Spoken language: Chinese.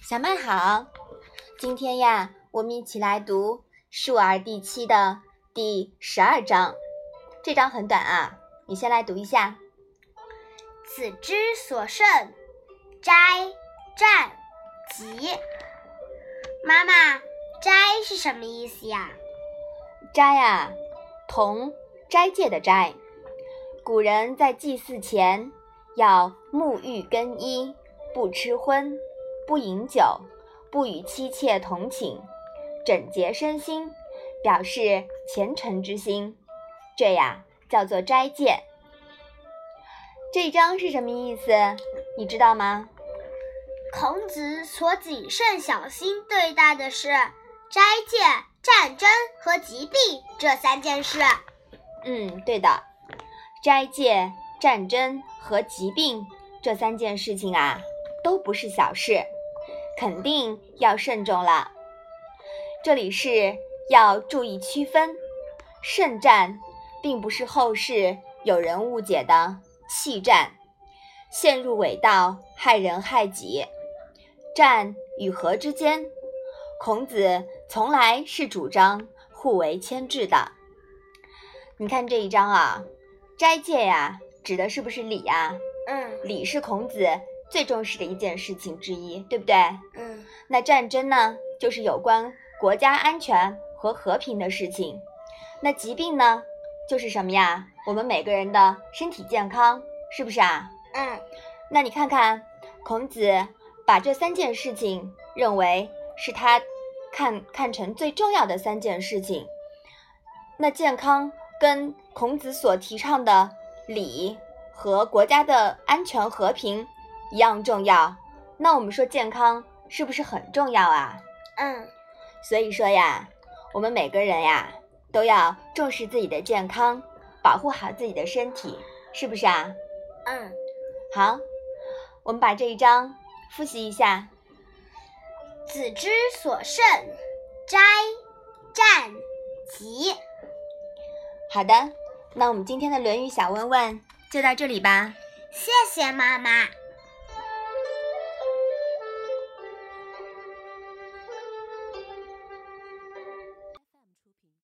小麦好，今天呀，我们一起来读《述而》第7的第12章。这章很短啊，你先来读一下。 子之所慎，斋、战、疾。妈妈，斋是什么意思呀？ 斋啊，同斋戒的斋。古人在祭祀前要沐浴更衣，不吃荤，不饮酒，不与妻妾同寝，整洁身心，表示虔诚之心，这呀叫做斋戒。这一章是什么意思？你知道吗？ 孔子所谨慎小心对待的是斋戒、战争和疾病这3件事。 对的，斋戒、战争和疾病这3件事情啊，都不是小事，肯定要慎重了。这里是要注意区分，慎战并不是后世有人误解的弃战，陷入伪道，害人害己。战与和之间，孔子从来是主张互为牵制的。你看这一章啊，斋戒呀，指的是不是礼啊？礼是孔子最重视的一件事情之一，对不对？那战争呢，就是有关国家安全和和平的事情。那疾病呢，就是什么呀？我们每个人的身体健康，是不是啊？那你看看，孔子把这3件事情认为是他看成最重要的3件事情。那健康跟孔子所提倡的礼和国家的安全和平一样重要，那我们说健康是不是很重要啊？所以说呀，我们每个人呀都要重视自己的健康，保护好自己的身体，是不是啊？好，我们把这一章复习一下。 子之所慎，斋、战、疾。 好的，那我们今天的《论语》小问问就到这里吧。 谢谢妈妈。